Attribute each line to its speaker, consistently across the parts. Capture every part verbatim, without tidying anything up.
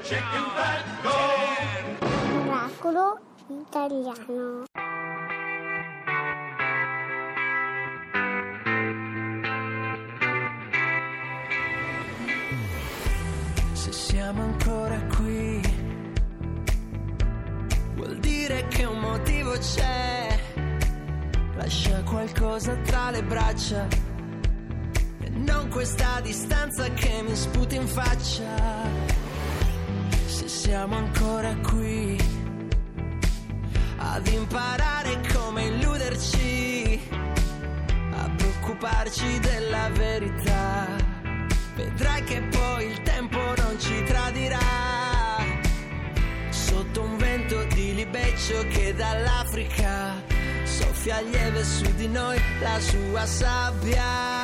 Speaker 1: chicken fat, go!
Speaker 2: Miracolo italiano.
Speaker 3: Se siamo ancora qui, vuol dire che un motivo c'è. Lascia qualcosa tra le braccia e non questa distanza che mi sputa in faccia. Se siamo ancora qui ad imparare come illuderci, a preoccuparci della verità, vedrai che poi il tempo non ci tradirà. Sotto un vento di libeccio che dall'Africa soffia lieve su di noi la sua sabbia.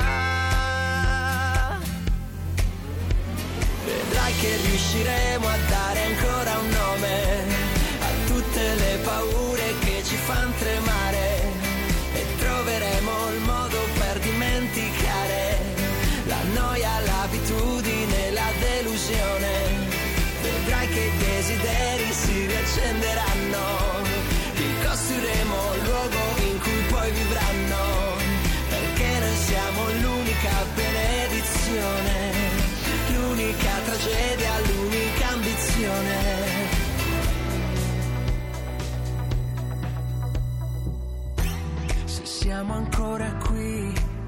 Speaker 3: Vedrai che riusciremo a dare ancora un nome a tutte le paure che ci fanno tremare, e troveremo il modo per dimenticare la noia, l'abitudine, la delusione. Vedrai che i desideri si riaccenderanno, ricostruiremo il luogo in cui poi vivranno, perché noi siamo l'unica benedizione, l'unica tragedia, l'unica ambizione. Se siamo ancora qui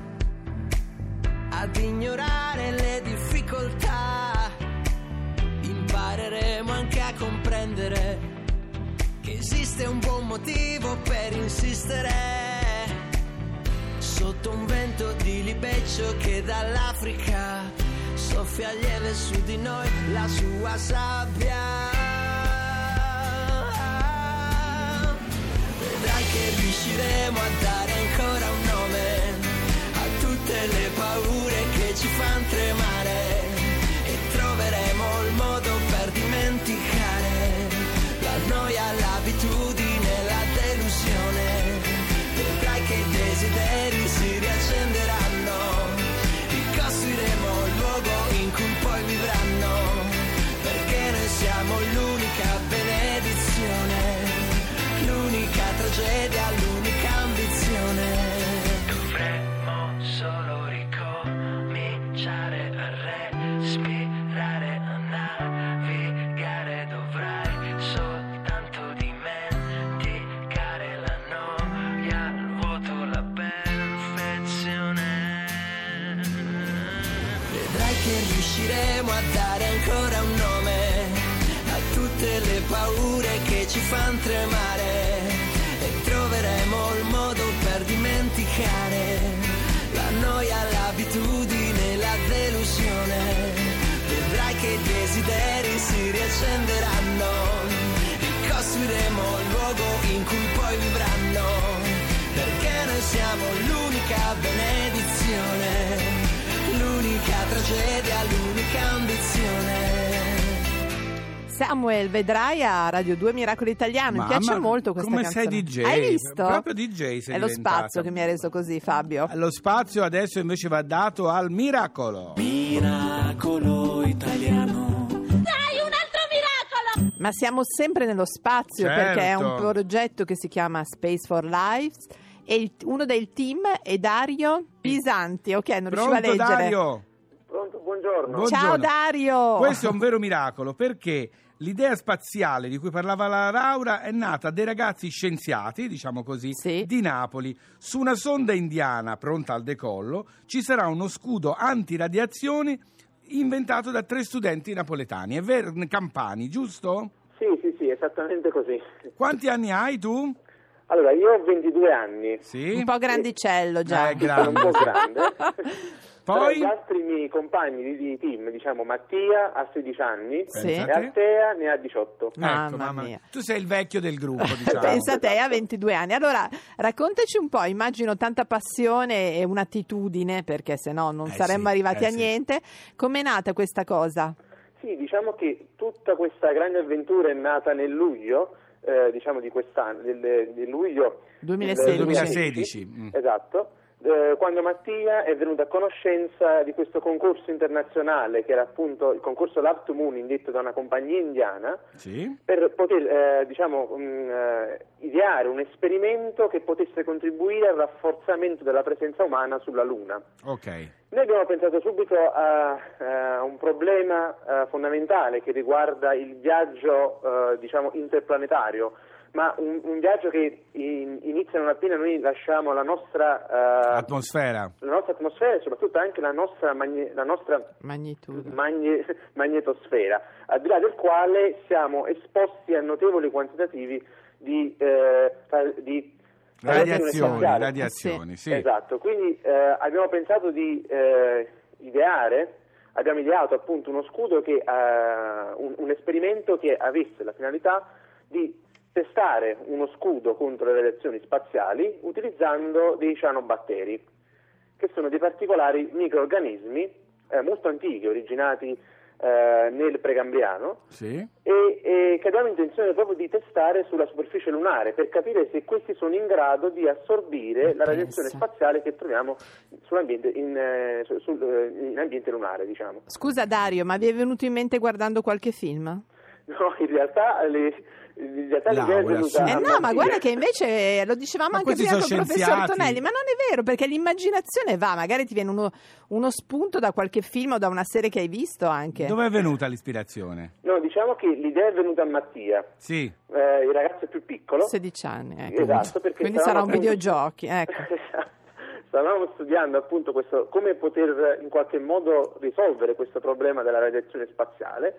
Speaker 3: ad ignorare le difficoltà, impareremo anche a comprendere che esiste un buon motivo per insistere. Sotto un vento di libeccio che dall'Africa soffia lieve su di noi la sua sabbia. Vedrai che riusciremo a dare ancora un nome a tutte le paure che ci fanno tremare, e troveremo il modo per dimenticare la noia, l'abitudine, la delusione. Vedrai che i desideri si riaccenderanno, ricostruiremo il luogo in cui poi vivranno, perché noi siamo l'unica benedizione, l'unica tragedia, l'unica ambizione. Dovremmo solo ricominciare a respirare, a navigare. Dovrai soltanto dimenticare la noia, il vuoto, la perfezione. Vedrai che riusciremo a dare ancora un nome a tutte le paure che ci fanno tremare, e troveremo il modo per dimenticare la noia, l'abitudine, la delusione. Vedrai che i desideri si riaccenderanno, ricostruiremo il luogo in cui poi vivranno, perché noi siamo l'unica benedizione, l'unica tragedia, l'unica ambizione.
Speaker 4: Samuel, vedrai a Radio due Miracolo Italiano. Mi piace molto questa
Speaker 5: come
Speaker 4: canzone.
Speaker 5: Come sei D J?
Speaker 4: Hai visto?
Speaker 5: Proprio D J sei
Speaker 4: È lo
Speaker 5: diventata.
Speaker 4: spazio che mi ha reso così, Fabio.
Speaker 5: Lo spazio adesso invece va dato al miracolo.
Speaker 3: Miracolo italiano.
Speaker 6: Dai, un altro miracolo!
Speaker 4: Ma siamo sempre nello spazio,
Speaker 5: Certo.
Speaker 4: perché è un progetto che si chiama Space for Lives e il- uno del team è Dario Pisanti. Ok, non riuscivo a
Speaker 5: Pronto
Speaker 4: leggere.
Speaker 5: Dario?
Speaker 7: Pronto, buongiorno.
Speaker 5: Buongiorno.
Speaker 4: Ciao Dario!
Speaker 5: Questo è un vero miracolo, perché l'idea spaziale di cui parlava la Laura è nata dai ragazzi scienziati, diciamo così,
Speaker 4: Sì.
Speaker 5: di Napoli. Su una sonda indiana pronta al decollo ci sarà uno scudo antiradiazioni inventato da tre studenti napoletani, è vero, campani, giusto?
Speaker 7: Sì, sì, sì, esattamente così.
Speaker 5: Quanti anni hai tu?
Speaker 7: Allora, io ho ventidue anni.
Speaker 5: Sì.
Speaker 4: Un po' grandicello già.
Speaker 5: Eh,
Speaker 7: Sono un po' grande. Però
Speaker 5: Poi
Speaker 7: gli altri miei compagni di, di team, diciamo Mattia ha sedici anni
Speaker 4: Sì.
Speaker 7: e Altea ne ha diciotto.
Speaker 4: Mamma
Speaker 5: ecco, mamma
Speaker 4: mia.
Speaker 5: tu sei il vecchio del gruppo, diciamo.
Speaker 4: Pensa a te, a ventidue anni. Allora, raccontaci un po', immagino tanta passione e un'attitudine, perché se no non
Speaker 5: Eh
Speaker 4: saremmo
Speaker 5: sì,
Speaker 4: arrivati
Speaker 5: eh
Speaker 4: a
Speaker 5: sì.
Speaker 4: niente. Com'è nata questa cosa?
Speaker 7: Sì, diciamo che tutta questa grande avventura è nata nel luglio, eh, diciamo di quest'anno, del, del luglio
Speaker 4: duemilasedici.
Speaker 5: duemilasedici. Mm.
Speaker 7: Esatto. eh, quando Mattia è venuto a conoscenza di questo concorso internazionale, che era appunto il concorso Love to Moon, indetto da una compagnia indiana,
Speaker 5: Sì.
Speaker 7: per poter eh, diciamo mh, eh, ideare un esperimento che potesse contribuire al rafforzamento della presenza umana sulla Luna.
Speaker 5: Ok.
Speaker 7: Noi abbiamo pensato subito a, a un problema uh, fondamentale che riguarda il viaggio uh, diciamo interplanetario, ma un, un viaggio che in, inizia non appena noi lasciamo la nostra uh,
Speaker 5: Atmosfera.
Speaker 7: la nostra atmosfera e soprattutto anche la nostra, magne, la nostra
Speaker 4: Magnitudo.
Speaker 7: magne, magnetosfera, al di là del quale siamo esposti a notevoli quantitativi di, eh, di
Speaker 5: Radiazioni,
Speaker 7: spaziali.
Speaker 5: radiazioni, sì.
Speaker 7: Esatto, quindi eh, abbiamo pensato di eh, ideare, abbiamo ideato appunto uno scudo che uh, un, un esperimento che avesse la finalità di testare uno scudo contro le radiazioni spaziali utilizzando dei cianobatteri, che sono dei particolari microrganismi eh, molto antichi, originati eh, nel Precambriano,
Speaker 5: Sì.
Speaker 7: e, e che abbiamo intenzione proprio di testare sulla superficie lunare per capire se questi sono in grado di assorbire la radiazione
Speaker 4: Pensa.
Speaker 7: spaziale che troviamo sull'ambiente in, eh, su- sul, eh, in ambiente lunare, diciamo.
Speaker 4: Scusa Dario, ma vi è venuto in mente guardando qualche film?
Speaker 7: No, in realtà le, in realtà l'idea è
Speaker 5: Laura,
Speaker 7: venuta
Speaker 5: su.
Speaker 7: a
Speaker 4: Eh no, ma
Speaker 7: Mattia.
Speaker 4: guarda che invece lo dicevamo
Speaker 5: Ma
Speaker 4: anche
Speaker 5: questi
Speaker 4: prima
Speaker 5: sono
Speaker 4: con il professor
Speaker 5: scienziati.
Speaker 4: Tonelli, ma non è vero, perché l'immaginazione va, magari ti viene uno, uno spunto da qualche film o da una serie che hai visto anche.
Speaker 5: Dove è venuta l'ispirazione?
Speaker 7: No, diciamo che l'idea è venuta a Mattia,
Speaker 5: Sì.
Speaker 7: eh, il ragazzo più piccolo.
Speaker 4: sedici anni, ecco.
Speaker 7: Esatto, perché
Speaker 4: Quindi
Speaker 7: stavamo
Speaker 4: sarà un
Speaker 7: appunto-
Speaker 4: videogiochi, ecco.
Speaker 7: Stavamo studiando appunto questo, come poter in qualche modo risolvere questo problema della radiazione spaziale,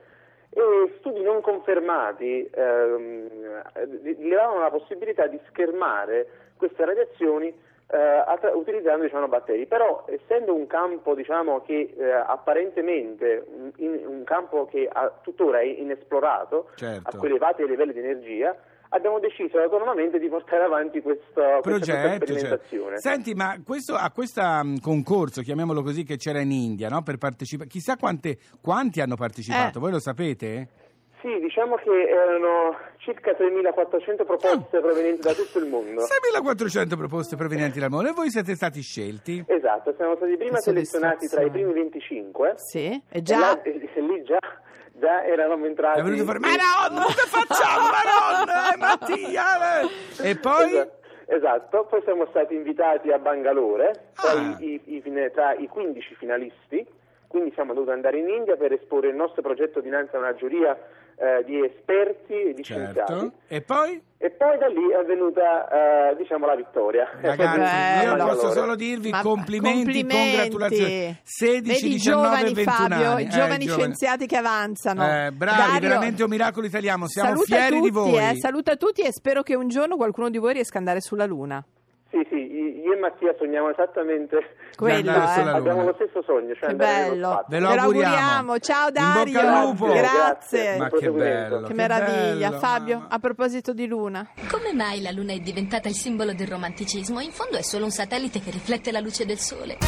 Speaker 7: e studi non confermati ehm, rilevavano la possibilità di schermare queste radiazioni eh, attra- utilizzando diciamo, batteri. Però essendo un campo diciamo, che eh, apparentemente un, in, un campo che a, tuttora è inesplorato,
Speaker 5: Certo.
Speaker 7: a quei elevati livelli di energia, abbiamo deciso autonomamente di portare avanti questo, questa, questa
Speaker 5: Progetto,
Speaker 7: sperimentazione.
Speaker 5: certo. Senti, ma questo, a questo concorso, chiamiamolo così, che c'era in India, no? Per partecipare, chissà quante, quanti hanno partecipato,
Speaker 4: Eh.
Speaker 5: voi lo sapete?
Speaker 7: Sì, diciamo che erano circa tremilaquattrocento proposte provenienti da tutto il mondo.
Speaker 5: seimilaquattrocento proposte provenienti dal mondo e voi siete stati scelti.
Speaker 7: Esatto, siamo stati prima
Speaker 4: Che
Speaker 7: selezionati tra i
Speaker 4: soddisfazione.
Speaker 7: primi venticinque.
Speaker 4: Sì, e
Speaker 7: E,
Speaker 4: già...
Speaker 7: là- e- e lì già, già eravamo entrati.
Speaker 5: È venuto fuori, Madonna, che facciamo, Madonna, eh, Mattia! eh!" E poi?
Speaker 7: Esatto, esatto, poi siamo stati invitati a Bangalore tra,
Speaker 5: Ah.
Speaker 7: i, i- i fine- tra i quindici finalisti, quindi siamo dovuti andare in India per esporre il nostro progetto dinanzi a una giuria eh, di esperti e di scienziati.
Speaker 5: Certo. E poi?
Speaker 7: E poi da lì è venuta eh, diciamo la vittoria.
Speaker 5: Ragazzi,
Speaker 4: Bello.
Speaker 5: io posso
Speaker 7: Bangalore.
Speaker 5: solo dirvi
Speaker 4: Ma-
Speaker 5: complimenti,
Speaker 4: complimenti.
Speaker 5: congratulazioni. sedici,
Speaker 4: Vedi i
Speaker 5: diciannove,
Speaker 4: giovani,
Speaker 5: ventuno
Speaker 4: Fabio,
Speaker 5: anni.
Speaker 4: i
Speaker 5: Eh,
Speaker 4: giovani
Speaker 5: giovani.
Speaker 4: scienziati che avanzano.
Speaker 5: Eh, bravi,
Speaker 4: Dario,
Speaker 5: veramente un miracolo italiano. Siamo
Speaker 4: saluta
Speaker 5: fieri
Speaker 4: tutti,
Speaker 5: di voi.
Speaker 4: Eh, saluta tutti e spero che un giorno qualcuno di voi riesca ad andare sulla Luna.
Speaker 7: Sì, sì, io e Mattia sogniamo esattamente
Speaker 4: Quello,
Speaker 5: andare
Speaker 4: eh.
Speaker 5: sulla Luna.
Speaker 7: abbiamo lo stesso sogno, cioè
Speaker 4: Che
Speaker 7: andare nello
Speaker 4: bello.
Speaker 7: spazio.
Speaker 5: Ve lo
Speaker 4: Ve lo
Speaker 5: auguriamo.
Speaker 4: auguriamo. Ciao
Speaker 5: In
Speaker 4: Dario.
Speaker 5: bocca al lupo.
Speaker 4: Grazie.
Speaker 5: Ma che
Speaker 7: Proseguimento.
Speaker 5: bello.
Speaker 4: Che meraviglia,
Speaker 5: bello,
Speaker 4: Fabio.
Speaker 5: mamma.
Speaker 4: A proposito di Luna.
Speaker 8: Come mai la Luna è diventata il simbolo del romanticismo? In fondo è solo un satellite che riflette la luce del Sole.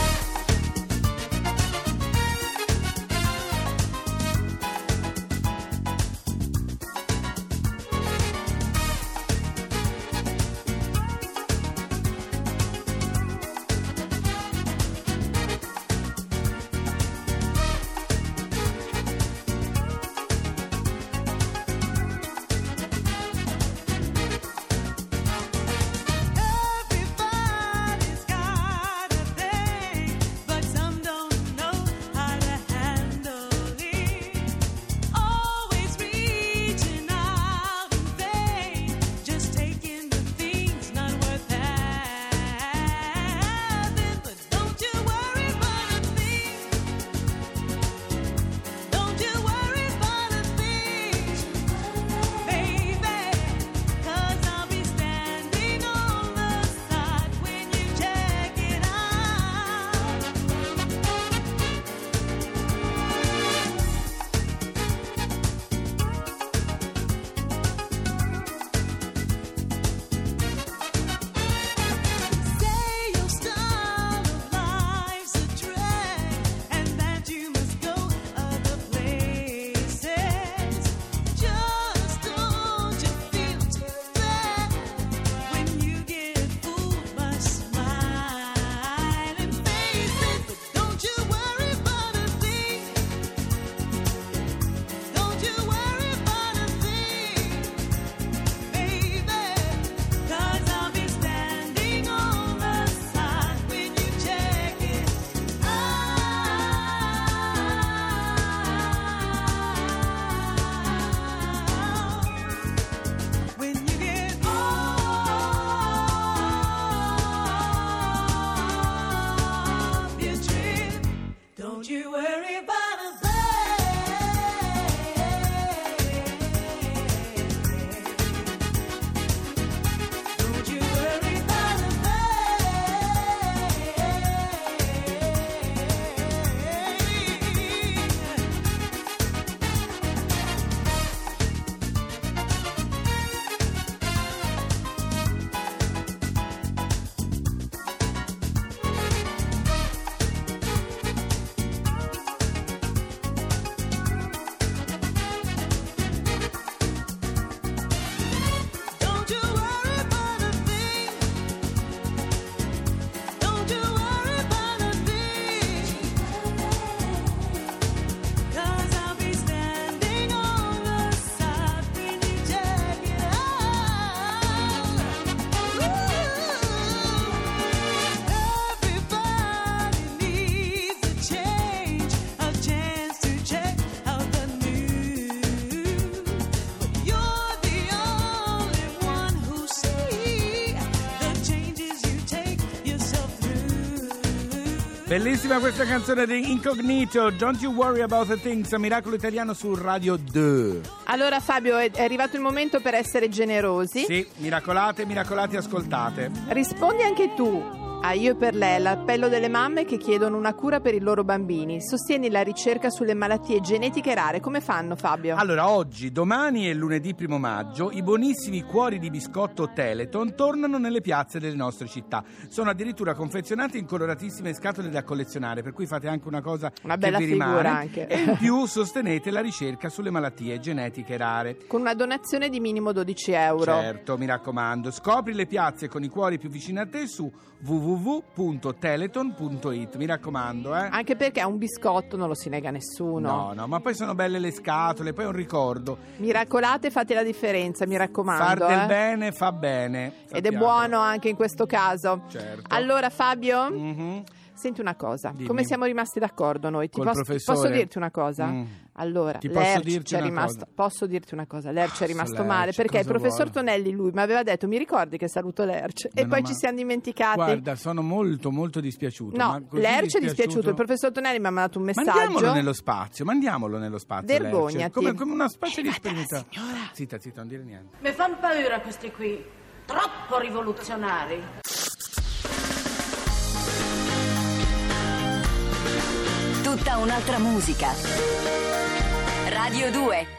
Speaker 3: Everybody's got a day.
Speaker 5: Bellissima questa canzone di Incognito, Don't You Worry About the Things, Miracolo Italiano su Radio due.
Speaker 4: Allora Fabio, è è arrivato il momento per essere generosi.
Speaker 5: Sì, miracolate, miracolati, ascoltate.
Speaker 4: Rispondi anche tu a Io per lei, l'appello delle mamme che chiedono una cura per i loro bambini. Sostieni la ricerca sulle malattie genetiche rare. Come fanno, Fabio?
Speaker 5: Allora, oggi, domani e lunedì primo maggio, i buonissimi cuori di biscotto Teleton tornano nelle piazze delle nostre città. Sono addirittura confezionati in coloratissime scatole da collezionare, per cui fate anche una cosa
Speaker 4: Una bella
Speaker 5: che vi
Speaker 4: figura
Speaker 5: rimane.
Speaker 4: anche.
Speaker 5: E in più sostenete la ricerca sulle malattie genetiche rare.
Speaker 4: Con una donazione di minimo dodici euro.
Speaker 5: Certo, mi raccomando. Scopri le piazze con i cuori più vicini a te su w w w punto teleton punto it. Mi raccomando, eh.
Speaker 4: Anche perché a un biscotto non lo si nega nessuno.
Speaker 5: No, no, ma poi sono belle le scatole, poi è un ricordo.
Speaker 4: Miracolate, fate la differenza, mi raccomando.
Speaker 5: Far del
Speaker 4: eh.
Speaker 5: bene fa bene.
Speaker 4: Ed è
Speaker 5: sappiate.
Speaker 4: buono anche in questo caso.
Speaker 5: Certo.
Speaker 4: Allora Fabio,
Speaker 5: Mhm.
Speaker 4: senti una cosa,
Speaker 5: Dimmi.
Speaker 4: come siamo rimasti d'accordo noi? Ti
Speaker 5: Col
Speaker 4: posso,
Speaker 5: professore?
Speaker 4: posso dirti una cosa?
Speaker 5: Mm.
Speaker 4: Allora,
Speaker 5: Ti posso
Speaker 4: Lerch
Speaker 5: dirti
Speaker 4: ci è
Speaker 5: una
Speaker 4: rimasto,
Speaker 5: cosa?
Speaker 4: posso dirti una cosa, Lerch è rimasto
Speaker 5: Lerch,
Speaker 4: male perché il
Speaker 5: cosa
Speaker 4: professor
Speaker 5: vuole?
Speaker 4: Tonelli lui mi aveva detto, mi ricordi che saluto Lerch? E
Speaker 5: Ma
Speaker 4: poi
Speaker 5: no,
Speaker 4: ci
Speaker 5: ma-
Speaker 4: siamo dimenticati.
Speaker 5: Guarda, sono molto molto dispiaciuto.
Speaker 4: no,
Speaker 5: ma così
Speaker 4: Lerch è dispiaciuto, il professor Tonelli mi ha mandato un messaggio.
Speaker 5: Mandiamolo nello spazio, mandiamolo nello spazio.
Speaker 4: Vergognati.
Speaker 5: Lerch. Come, come una specie di
Speaker 4: Arrivata la
Speaker 5: sperimentale.
Speaker 4: signora.
Speaker 5: Zitta, zitta, non dire niente.
Speaker 6: Mi fanno paura questi qui, troppo rivoluzionari.
Speaker 9: Tutta un'altra musica. Radio due.